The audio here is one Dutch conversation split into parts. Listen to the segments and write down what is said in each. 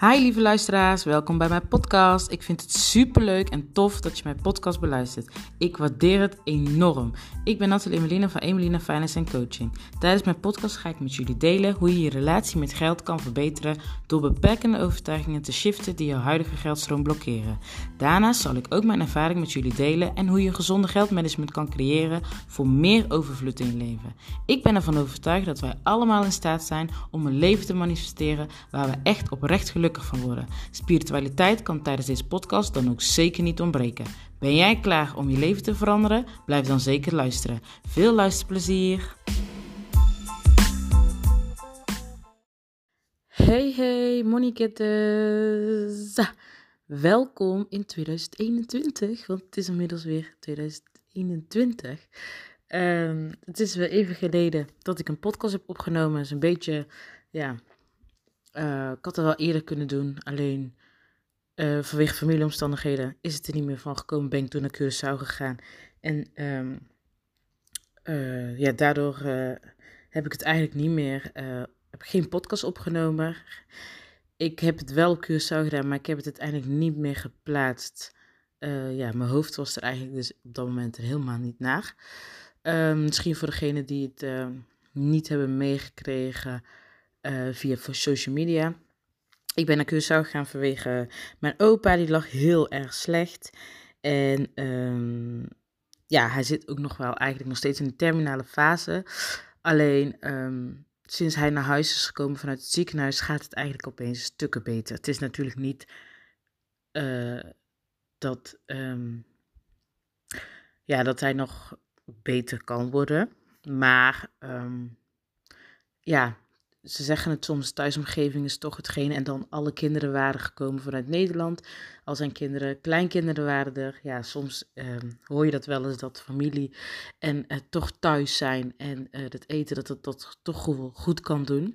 Hi lieve luisteraars, welkom bij mijn podcast. Ik vind het superleuk en tof dat je mijn podcast beluistert. Ik waardeer het enorm. Ik ben Nathalie Emelina van Emelina Finance Coaching. Tijdens mijn podcast ga ik met jullie delen hoe je je relatie met geld kan verbeteren door beperkende overtuigingen te shiften die jouw huidige geldstroom blokkeren. Daarnaast zal ik ook mijn ervaring met jullie delen en hoe je gezonde geldmanagement kan creëren voor meer overvloed in je leven. Ik ben ervan overtuigd dat wij allemaal in staat zijn om een leven te manifesteren waar we echt oprecht gelukkig van worden. Spiritualiteit kan tijdens deze podcast dan ook zeker niet ontbreken. Ben jij klaar om je leven te veranderen? Blijf dan zeker luisteren. Veel luisterplezier! Hey moneygetters! Welkom in 2021, want het is inmiddels weer 2021. Het is weer even geleden dat ik een podcast heb opgenomen. Het is een beetje, ik had het wel eerder kunnen doen, alleen vanwege familieomstandigheden is het er niet meer van gekomen. Ben ik toen naar Curaçao gegaan en daardoor heb ik het eigenlijk niet meer, heb ik geen podcast opgenomen. Ik heb het wel op Curaçao gedaan, maar ik heb het uiteindelijk niet meer geplaatst. Mijn hoofd was er eigenlijk dus op dat moment er helemaal niet naar. Misschien voor degenen die het niet hebben meegekregen via social media. Ik ben naar Curaçao gegaan vanwege mijn opa, die lag heel erg slecht. En hij zit ook nog steeds in de terminale fase. Alleen sinds hij naar huis is gekomen vanuit het ziekenhuis gaat het eigenlijk opeens stukken beter. Het is natuurlijk niet dat hij nog beter kan worden. Maar ze zeggen het soms, thuisomgeving is toch hetgene. En dan alle kinderen waren gekomen vanuit Nederland. Al zijn kleinkinderen waren er. Ja, soms hoor je dat wel eens, dat familie en toch thuis zijn. En het eten, dat het dat toch goed kan doen.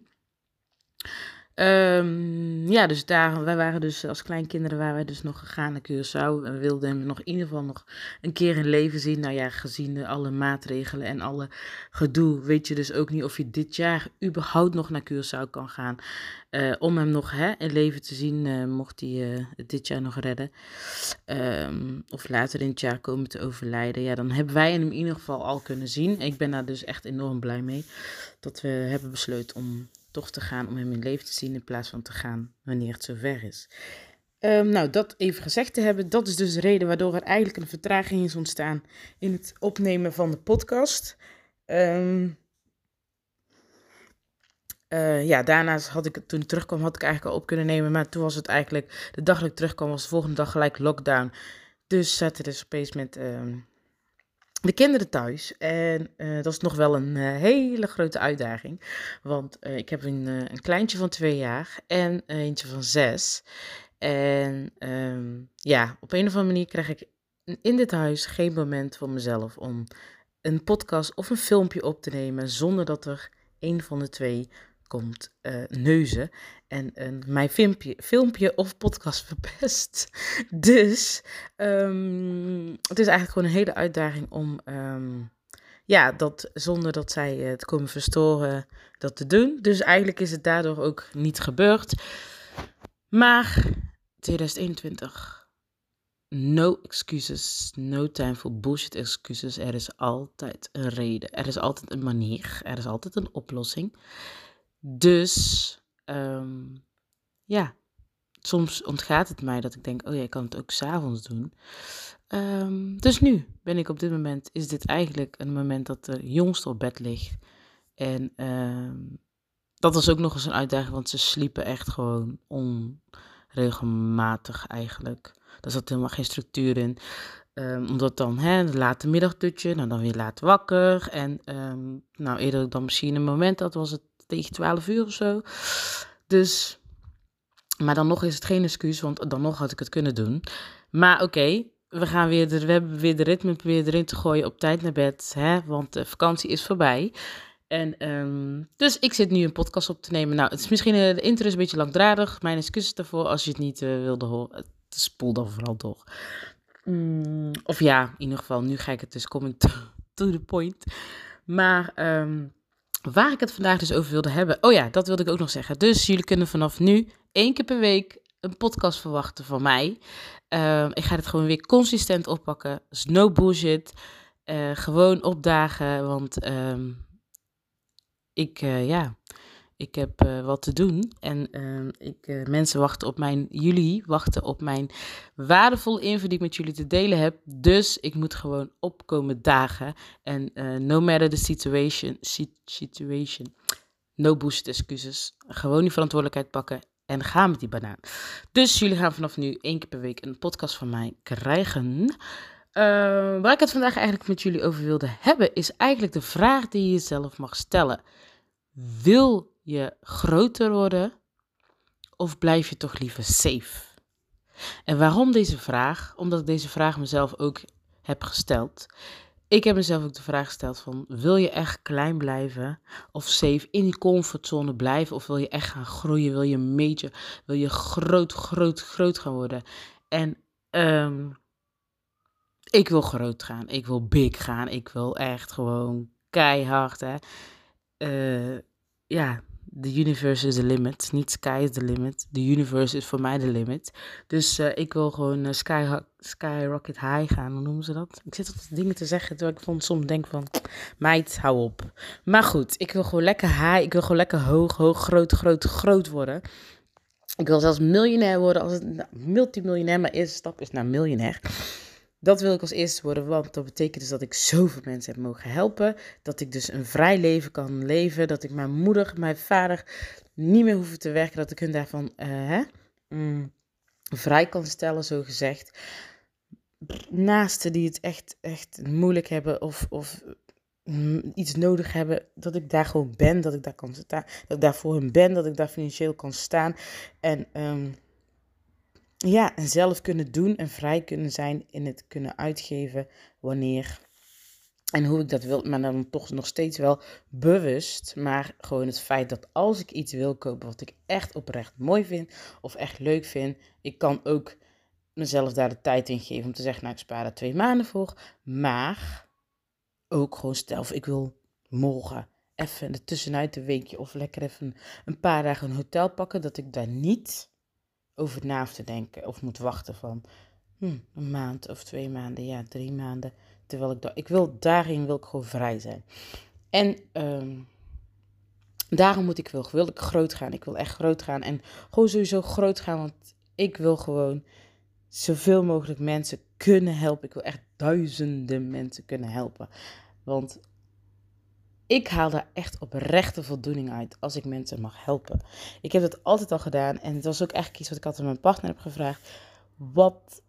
Dus wij waren dus als kleinkinderen waren wij dus nog gegaan naar Curaçao. En we wilden hem nog in ieder geval nog een keer in leven zien. Nou ja, gezien alle maatregelen en alle gedoe, weet je dus ook niet of je dit jaar überhaupt nog naar Curaçao kan gaan. Om hem nog in leven te zien, mocht hij het dit jaar nog redden. Of later in het jaar komen te overlijden. Ja, dan hebben wij hem in ieder geval al kunnen zien. Ik ben daar dus echt enorm blij mee. Dat we hebben besloten om toch te gaan om hem in leven te zien in plaats van te gaan wanneer het zover is. Dat even gezegd te hebben, dat is dus de reden waardoor er eigenlijk een vertraging is ontstaan in het opnemen van de podcast. Daarnaast toen ik terugkwam had ik eigenlijk al op kunnen nemen, maar toen was het eigenlijk, de dag dat ik terugkwam was de volgende dag gelijk lockdown. Dus zaten dus opeens met de kinderen thuis en dat is nog wel een hele grote uitdaging, want ik heb een kleintje van 2 jaar en eentje van 6 en op een of andere manier krijg ik in dit huis geen moment voor mezelf om een podcast of een filmpje op te nemen zonder dat er een van de twee komt neuzen en mijn filmpje of podcast verpest. Dus het is eigenlijk gewoon een hele uitdaging om dat zonder dat zij het komen verstoren dat te doen. Dus eigenlijk is het daardoor ook niet gebeurd. Maar 2021, no excuses, no time for bullshit excuses. Er is altijd een reden, er is altijd een manier, er is altijd een oplossing. Dus soms ontgaat het mij dat ik denk, je kan het ook 's avonds doen. Dus nu ben ik op dit moment, is dit eigenlijk een moment dat de jongste op bed ligt. En dat was ook nog eens een uitdaging, want ze sliepen echt gewoon onregelmatig eigenlijk. Daar zat helemaal geen structuur in. Omdat dan de late middagdutje, dan weer laat wakker. En eerder dan misschien een moment, dat was het tegen 12 uur of zo. Dus, maar dan nog is het geen excuus, want dan nog had ik het kunnen doen. Maar oké, we hebben weer de ritme proberen erin te gooien, op tijd naar bed, want de vakantie is voorbij. En dus ik zit nu een podcast op te nemen. Nou, het is misschien, de intro is een beetje langdradig. Mijn excuses daarvoor als je het niet wilde horen. Spoel dan vooral door. In ieder geval, nu ga ik het dus coming to the point. Maar waar ik het vandaag dus over wilde hebben. Oh ja, dat wilde ik ook nog zeggen. Dus jullie kunnen vanaf nu 1 keer per week een podcast verwachten van mij. Ik ga het gewoon weer consistent oppakken. Dus no bullshit. Gewoon opdagen, want ik heb wat te doen. En mensen wachten op jullie wachten op mijn waardevolle info die ik met jullie te delen heb. Dus ik moet gewoon opkomen dagen. En no matter the situation. No bullshit excuses. Gewoon die verantwoordelijkheid pakken en gaan met die banaan. Dus jullie gaan vanaf nu 1 keer per week een podcast van mij krijgen. Waar ik het vandaag eigenlijk met jullie over wilde hebben, is eigenlijk de vraag die je jezelf mag stellen. Wil je groter worden of blijf je toch liever safe? En waarom deze vraag? Omdat ik deze vraag mezelf ook heb gesteld. Ik heb mezelf ook de vraag gesteld van, wil je echt klein blijven of safe in die comfortzone blijven? Of wil je echt gaan groeien? Wil je groot gaan worden? En ik wil groot gaan. Ik wil big gaan. Ik wil echt gewoon keihard, hè. The universe is the limit. Niet sky is the limit. The universe is voor mij de limit. Dus ik wil gewoon skyrocket high gaan. Hoe noemen ze dat? Ik zit altijd dingen te zeggen terwijl ik soms denk van, meid, hou op. Maar goed, ik wil gewoon lekker high. Ik wil gewoon lekker hoog, groot worden. Ik wil zelfs miljonair worden. Als het multimiljonair, mijn eerste stap is naar miljonair. Dat wil ik als eerste worden, want dat betekent dus dat ik zoveel mensen heb mogen helpen. Dat ik dus een vrij leven kan leven. Dat ik mijn moeder, mijn vader niet meer hoef te werken. Dat ik hun daarvan vrij kan stellen, zo gezegd. Naasten die het echt moeilijk hebben of iets nodig hebben. Dat ik daar gewoon ben, dat ik daar kan staan. Dat ik daar voor hun ben, dat ik daar financieel kan staan. En en zelf kunnen doen en vrij kunnen zijn in het kunnen uitgeven wanneer en hoe ik dat wil. Maar dan toch nog steeds wel bewust. Maar gewoon het feit dat als ik iets wil kopen wat ik echt oprecht mooi vind of echt leuk vind. Ik kan ook mezelf daar de tijd in geven om te zeggen, nou ik spaar er 2 maanden voor. Maar ook gewoon stel ik wil morgen even ertussenuit een weekje of lekker even een paar dagen een hotel pakken. Dat ik daar niet over na te denken of moet wachten van een maand of 2 maanden, 3 maanden. Terwijl daarin wil ik gewoon vrij zijn. En daarom wil ik groot gaan. Ik wil echt groot gaan en gewoon sowieso groot gaan, want ik wil gewoon zoveel mogelijk mensen kunnen helpen. Ik wil echt duizenden mensen kunnen helpen. Want ik haal daar echt oprechte voldoening uit als ik mensen mag helpen. Ik heb dat altijd al gedaan en het was ook eigenlijk iets wat ik altijd aan mijn partner heb gevraagd. Wat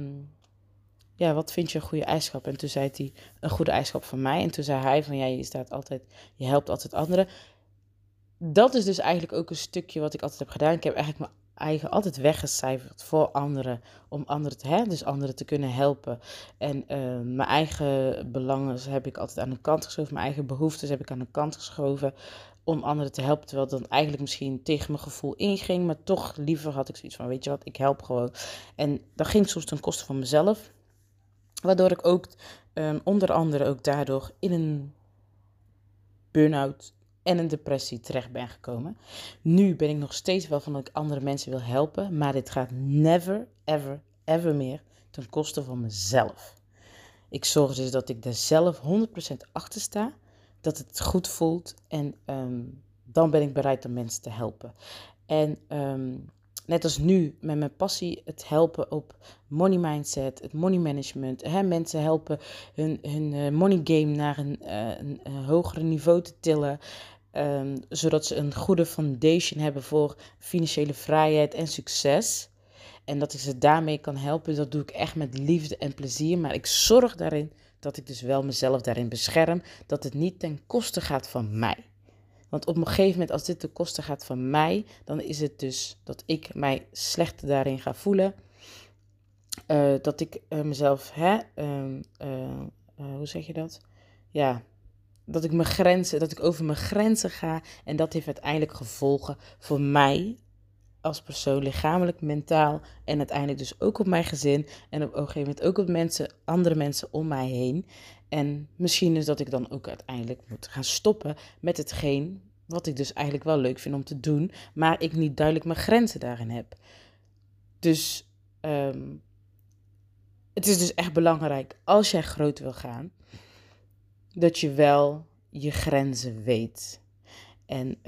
vind je een goede eigenschap? En toen zei hij, een goede eigenschap van mij. En toen zei hij van, je helpt altijd anderen. Dat is dus eigenlijk ook een stukje wat ik altijd heb gedaan. Ik heb eigenlijk mijn eigen altijd weggecijferd voor anderen. Om anderen te kunnen helpen. En mijn eigen belangen heb ik altijd aan de kant geschoven. Mijn eigen behoeftes heb ik aan de kant geschoven. Om anderen te helpen. Terwijl dat eigenlijk misschien tegen mijn gevoel inging. Maar toch liever had ik zoiets van, weet je wat, ik help gewoon. En dat ging soms ten koste van mezelf. Waardoor ik ook onder andere ook daardoor in een burn-out en een depressie terecht ben gekomen. Nu ben ik nog steeds wel van dat ik andere mensen wil helpen. Maar dit gaat never, ever, ever meer ten koste van mezelf. Ik zorg dus dat ik er zelf 100% achter sta. Dat het goed voelt. En dan ben ik bereid om mensen te helpen. En net als nu met mijn passie, het helpen op money mindset, het money management. Mensen helpen hun money game naar een hogere niveau te tillen. Zodat ze een goede foundation hebben voor financiële vrijheid en succes. En dat ik ze daarmee kan helpen, dat doe ik echt met liefde en plezier. Maar ik zorg daarin dat ik dus wel mezelf daarin bescherm. Dat het niet ten koste gaat van mij. Want op een gegeven moment, als dit ten koste gaat van mij, dan is het dus dat ik mij slecht daarin ga voelen. Dat ik mezelf, hoe zeg je dat? Ja, dat ik over mijn grenzen ga. En dat heeft uiteindelijk gevolgen voor mij als persoon, lichamelijk, mentaal. En uiteindelijk dus ook op mijn gezin. En op een gegeven moment ook op andere mensen om mij heen. En misschien is dat ik dan ook uiteindelijk moet gaan stoppen met hetgeen Wat ik dus eigenlijk wel leuk vind om te doen, maar ik niet duidelijk mijn grenzen daarin heb. Dus het is dus echt belangrijk, als jij groot wil gaan, dat je wel je grenzen weet. En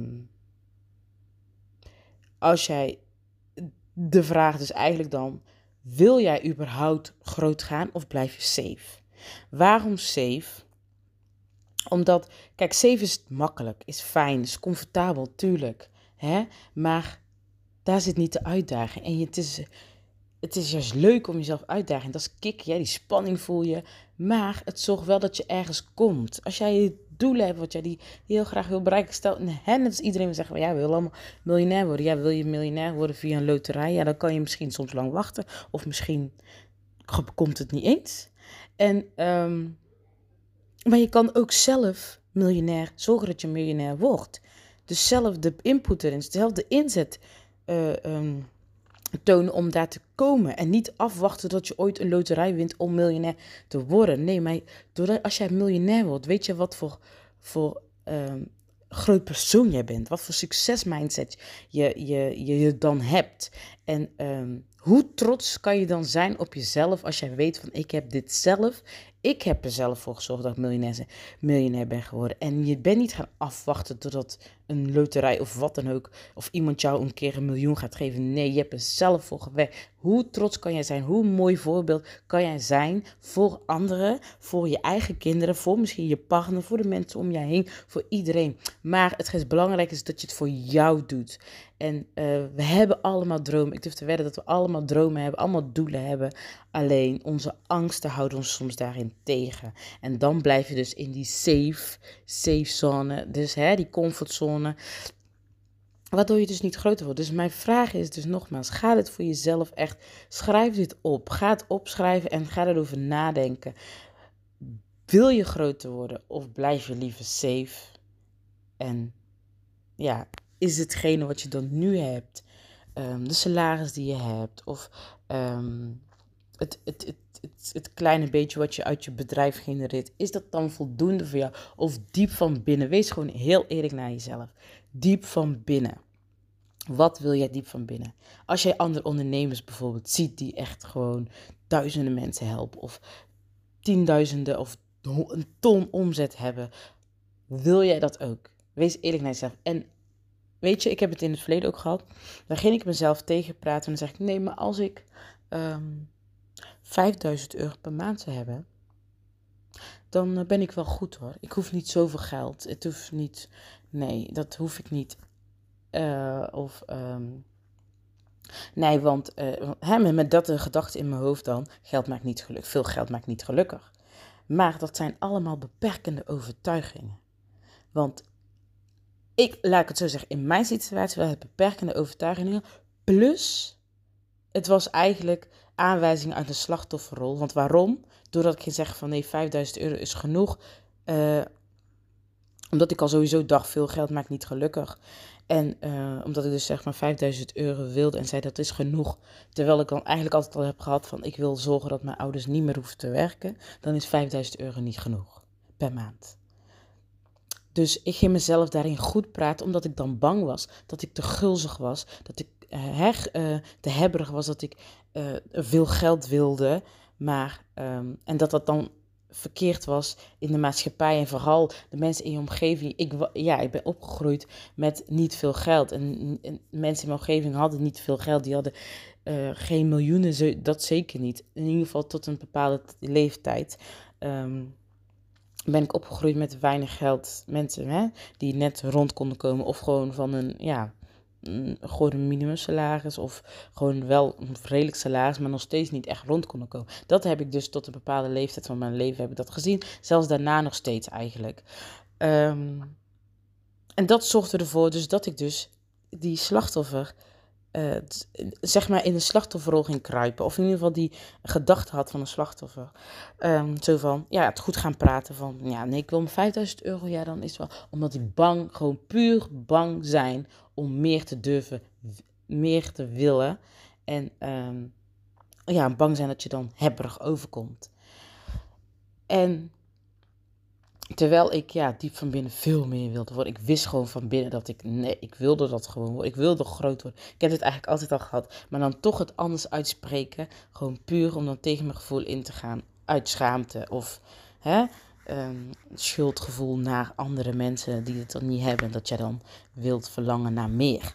als jij de vraag dus eigenlijk dan, wil jij überhaupt groot gaan of blijf je safe? Waarom safe? Omdat, kijk, safe is makkelijk, is fijn, is comfortabel, tuurlijk. Hè? Maar daar zit niet de uitdaging. En het is juist leuk om jezelf uit te dagen. Dat is kick, ja, die spanning voel je. Maar het zorgt wel dat je ergens komt. Als jij je doelen hebt wat jij die heel graag wil bereiken. Stel, net als iedereen zegt, ja, we willen allemaal miljonair worden. Ja, wil je miljonair worden via een loterij? Ja, dan kan je misschien soms lang wachten. Of misschien komt het niet eens. En, maar je kan ook zelf miljonair, zorgen dat je miljonair wordt. Dus zelf de input erin, zelf de inzet tonen om daar te komen. En niet afwachten dat je ooit een loterij wint om miljonair te worden. Nee, maar als jij miljonair wordt, weet je wat voor groot persoon jij bent. Wat voor succesmindset je dan hebt. En hoe trots kan je dan zijn op jezelf als jij weet van ik heb dit zelf. Ik heb er zelf voor gezorgd dat ik miljonair ben geworden. En je bent niet gaan afwachten totdat een loterij of wat dan ook, of iemand jou een keer 1 miljoen gaat geven. Nee, je hebt er zelf voor gewerkt. Hoe trots kan jij zijn? Hoe mooi voorbeeld kan jij zijn voor anderen, voor je eigen kinderen, voor misschien je partner, voor de mensen om jij heen, voor iedereen. Maar het is belangrijk is dat je het voor jou doet. En we hebben allemaal dromen. Ik durf te wedden dat we allemaal dromen hebben, allemaal doelen hebben. Alleen onze angsten houden ons soms daarin tegen. En dan blijf je dus in die safe zone. Dus die comfortzone. Waardoor je dus niet groter wordt. Dus mijn vraag is dus nogmaals, ga dit voor jezelf echt, schrijf dit op. Ga het opschrijven en ga erover nadenken. Wil je groter worden of blijf je liever safe? En ja, is hetgene wat je dan nu hebt, de salaris die je hebt of het kleine beetje wat je uit je bedrijf genereert, is dat dan voldoende voor jou? Of diep van binnen? Wees gewoon heel eerlijk naar jezelf. Diep van binnen. Wat wil jij diep van binnen? Als jij andere ondernemers bijvoorbeeld ziet die echt gewoon duizenden mensen helpen of tienduizenden of een ton omzet hebben, wil jij dat ook? Wees eerlijk naar jezelf. En weet je, ik heb het in het verleden ook gehad. Dan ging ik mezelf tegenpraten en dan zeg ik, nee, maar als ik 5000 euro per maand zou hebben, dan ben ik wel goed hoor. Ik hoef niet zoveel geld. Het hoeft niet, nee, dat hoef ik niet. Nee, want met dat de gedachte in mijn hoofd dan, geld maakt niet gelukkig. Veel geld maakt niet gelukkig. Maar dat zijn allemaal beperkende overtuigingen. Want laat ik het zo zeggen, in mijn situatie waren het beperkende overtuigingen. Plus, het was eigenlijk aanwijzing uit de slachtofferrol. Want waarom? Doordat ik ging zeggen van nee, 5000 euro is genoeg. Omdat ik al sowieso dacht, veel geld maakt niet gelukkig. En omdat ik dus zeg maar 5000 euro wilde en zei dat is genoeg. Terwijl ik dan eigenlijk altijd al heb gehad van ik wil zorgen dat mijn ouders niet meer hoeven te werken. Dan is 5000 euro niet genoeg per maand. Dus ik ging mezelf daarin goed praten, omdat ik dan bang was. Dat ik te gulzig was. Dat ik te hebberig was. Dat ik veel geld wilde. Maar, en dat dan verkeerd was in de maatschappij. En vooral de mensen in je omgeving. Ik ben opgegroeid met niet veel geld. En mensen in mijn omgeving hadden niet veel geld. Die hadden geen miljoenen, dat zeker niet. In ieder geval tot een bepaalde leeftijd. Ben ik opgegroeid met weinig geld. Mensen die net rond konden komen. Of gewoon van gewoon een minimumsalaris. Of gewoon wel een redelijk salaris. Maar nog steeds niet echt rond konden komen. Dat heb ik dus tot een bepaalde leeftijd van mijn leven heb ik dat gezien. Zelfs daarna nog steeds eigenlijk. En dat zorgde ervoor dus dat ik dus die slachtoffer zeg maar in de slachtofferrol ging kruipen. Of in ieder geval die gedachte had van een slachtoffer. Zo van, ja, het goed gaan praten van, ja, nee, ik wil mijn 5000 euro. Ja, dan is het wel, omdat ik gewoon puur bang zijn om meer te durven, meer te willen. En bang zijn dat je dan hebberig overkomt. En Terwijl ik diep van binnen veel meer wilde worden. Ik wist gewoon van binnen dat ik wilde dat gewoon worden. Ik wilde groot worden. Ik heb dit eigenlijk altijd al gehad. Maar dan toch het anders uitspreken. Gewoon puur om dan tegen mijn gevoel in te gaan. Uit schaamte of schuldgevoel naar andere mensen die het dan niet hebben. Dat jij dan wilt verlangen naar meer.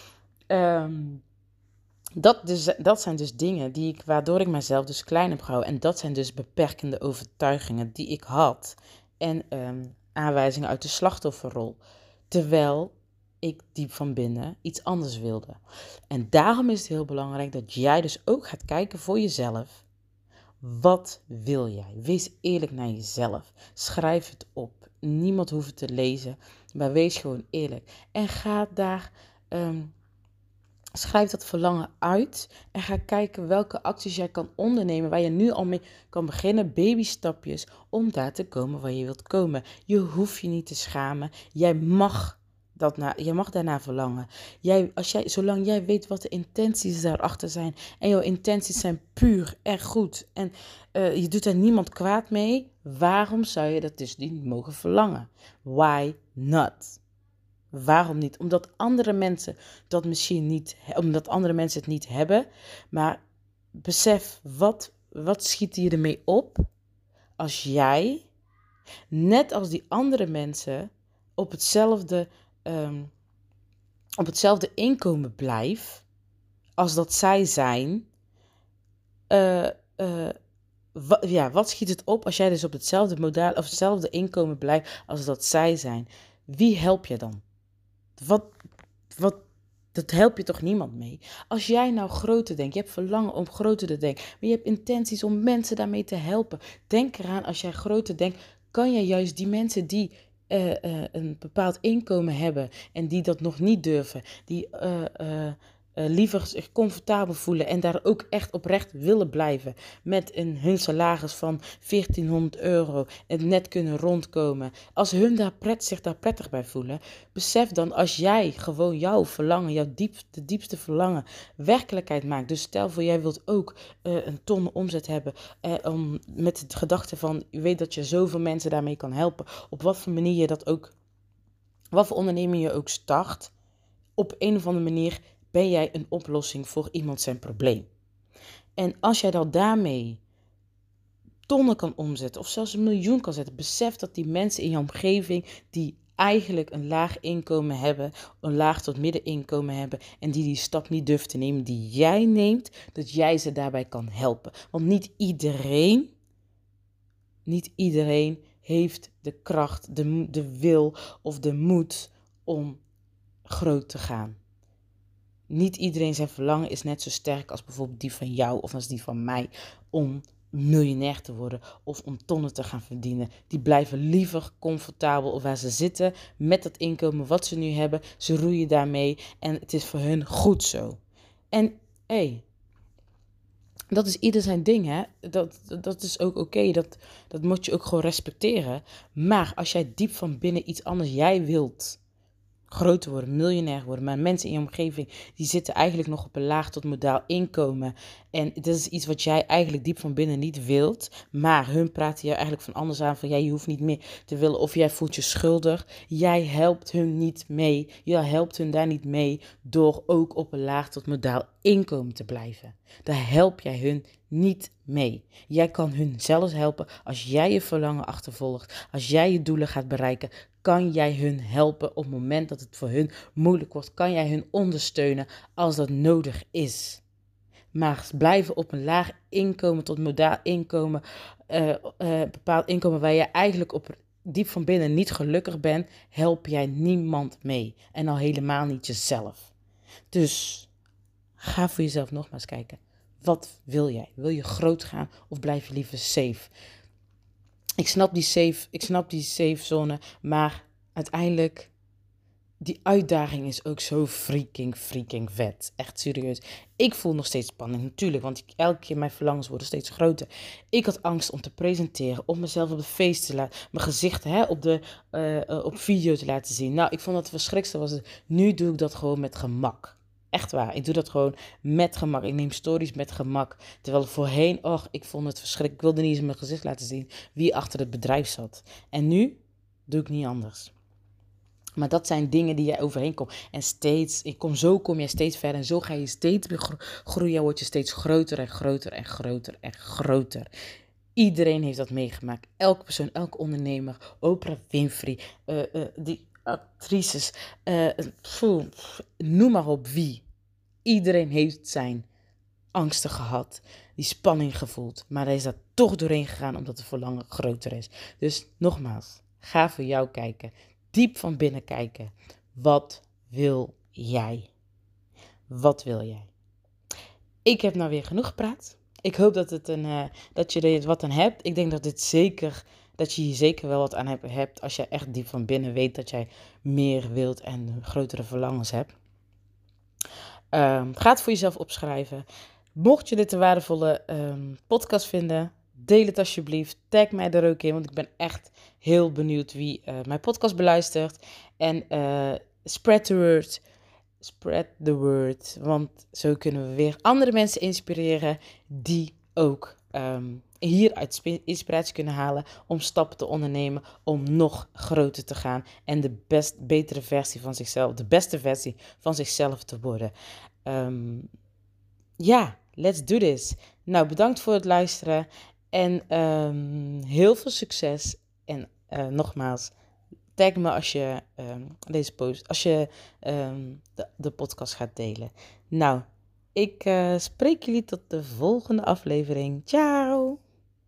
Dat zijn dus dingen waardoor ik mezelf dus klein heb gehouden. En dat zijn dus beperkende overtuigingen die ik had. En aanwijzingen uit de slachtofferrol. Terwijl ik diep van binnen iets anders wilde. En daarom is het heel belangrijk dat jij dus ook gaat kijken voor jezelf. Wat wil jij? Wees eerlijk naar jezelf. Schrijf het op. Niemand hoeft het te lezen. Maar wees gewoon eerlijk. En ga daar... Schrijf dat verlangen uit en ga kijken welke acties jij kan ondernemen waar je nu al mee kan beginnen, babystapjes, om daar te komen waar je wilt komen. Je hoeft je niet te schamen. Jij mag daarna verlangen. Zolang jij weet wat de intenties daarachter zijn en jouw intenties zijn puur en goed en je doet er niemand kwaad mee, waarom zou je dat dus niet mogen verlangen? Why not? Waarom niet? Omdat andere mensen omdat andere mensen het niet hebben. Maar besef, wat schiet je ermee op als jij, net als die andere mensen, op hetzelfde inkomen blijft als dat zij zijn. Wat schiet het op als jij dus op hetzelfde model of hetzelfde inkomen blijft als dat zij zijn? Wie help je dan? Dat help je toch niemand mee? Als jij nou groter denkt, je hebt verlangen om groter te denken, maar je hebt intenties om mensen daarmee te helpen. Denk eraan, als jij groter denkt, kan jij juist die mensen die een bepaald inkomen hebben en die dat nog niet durven, die liever zich comfortabel voelen en daar ook echt oprecht willen blijven met hun salaris van €1400 en net kunnen rondkomen. Als hun zich daar prettig bij voelen, besef dan, als jij gewoon jouw verlangen, de diepste verlangen, werkelijkheid maakt. Dus stel voor, jij wilt ook een ton omzet hebben met de gedachte van, je weet dat je zoveel mensen daarmee kan helpen. Op wat voor manier je dat ook, wat voor onderneming je ook start, op een of andere manier ben jij een oplossing voor iemand zijn probleem. En als jij dan daarmee tonnen kan omzetten of zelfs 1 miljoen kan zetten, besef dat die mensen in je omgeving die eigenlijk een laag inkomen hebben, een laag tot middeninkomen hebben en die stap niet durven te nemen die jij neemt, dat jij ze daarbij kan helpen. Want niet iedereen heeft de kracht, de wil of de moed om groot te gaan. Niet iedereen zijn verlangen is net zo sterk als bijvoorbeeld die van jou of als die van mij om miljonair te worden of om tonnen te gaan verdienen. Die blijven liever comfortabel waar ze zitten met dat inkomen wat ze nu hebben. Ze roeien daarmee en het is voor hun goed zo. En dat is ieder zijn ding, hè. Dat is ook oké. Dat moet je ook gewoon respecteren. Maar als jij diep van binnen iets anders jij wilt groter worden, miljonair worden, maar mensen in je omgeving die zitten eigenlijk nog op een laag tot modaal inkomen en dat is iets wat jij eigenlijk diep van binnen niet wilt, maar hun praten je eigenlijk van anders aan van je hoeft niet meer te willen of jij voelt je schuldig. Jij helpt hun niet mee, jij helpt hun daar niet mee door ook op een laag tot modaal inkomen te blijven. Daar help jij hun niet mee. Jij kan hun zelfs helpen als jij je verlangen achtervolgt, als jij je doelen gaat bereiken. Kan jij hun helpen op het moment dat het voor hun moeilijk wordt? Kan jij hun ondersteunen als dat nodig is? Maar blijven op een laag inkomen tot modaal inkomen, bepaald inkomen waar je eigenlijk op diep van binnen niet gelukkig bent, help jij niemand mee. En al helemaal niet jezelf. Dus ga voor jezelf nogmaals kijken. Wat wil jij? Wil je groot gaan of blijf je liever safe? Ik snap die safe zone, maar uiteindelijk, die uitdaging is ook zo freaking vet. Echt serieus. Ik voel nog steeds spanning, natuurlijk, want elke keer mijn verlangens worden steeds groter. Ik had angst om te presenteren, om mezelf op de feest te laten, mijn gezicht op video te laten zien. Nou, ik vond dat het verschrikkelijkste was. Nu doe ik dat gewoon met gemak. Echt waar. Ik doe dat gewoon met gemak. Ik neem stories met gemak. Terwijl voorheen, ik vond het verschrikkelijk. Ik wilde niet eens mijn gezicht laten zien wie achter het bedrijf zat. En nu doe ik niet anders. Maar dat zijn dingen die jij overheen komt. En kom je steeds verder. En zo ga je steeds meer groeien. Word je steeds groter en groter en groter en groter. Iedereen heeft dat meegemaakt. Elke persoon, elke ondernemer. Oprah Winfrey. Die actrices. Noem maar op wie. Iedereen heeft zijn angsten gehad. Die spanning gevoeld. Maar hij is daar toch doorheen gegaan omdat het verlangen groter is. Dus nogmaals, ga voor jou kijken. Diep van binnen kijken. Wat wil jij? Wat wil jij? Ik heb nou weer genoeg gepraat. Ik hoop dat je er wat aan hebt. Ik denk dat je hier zeker wel wat aan hebt als je echt diep van binnen weet dat jij meer wilt en grotere verlangens hebt. Ga het voor jezelf opschrijven. Mocht je dit een waardevolle podcast vinden, deel het alsjeblieft. Tag mij er ook in, want ik ben echt heel benieuwd wie mijn podcast beluistert. En spread the word. Spread the word. Want zo kunnen we weer andere mensen inspireren die ook hieruit inspiratie kunnen halen om stappen te ondernemen, om nog groter te gaan en de beste versie van zichzelf te worden. Let's do this. Nou, bedankt voor het luisteren en heel veel succes. En nogmaals, tag me als je de podcast gaat delen. Nou, ik spreek jullie tot de volgende aflevering. Ciao!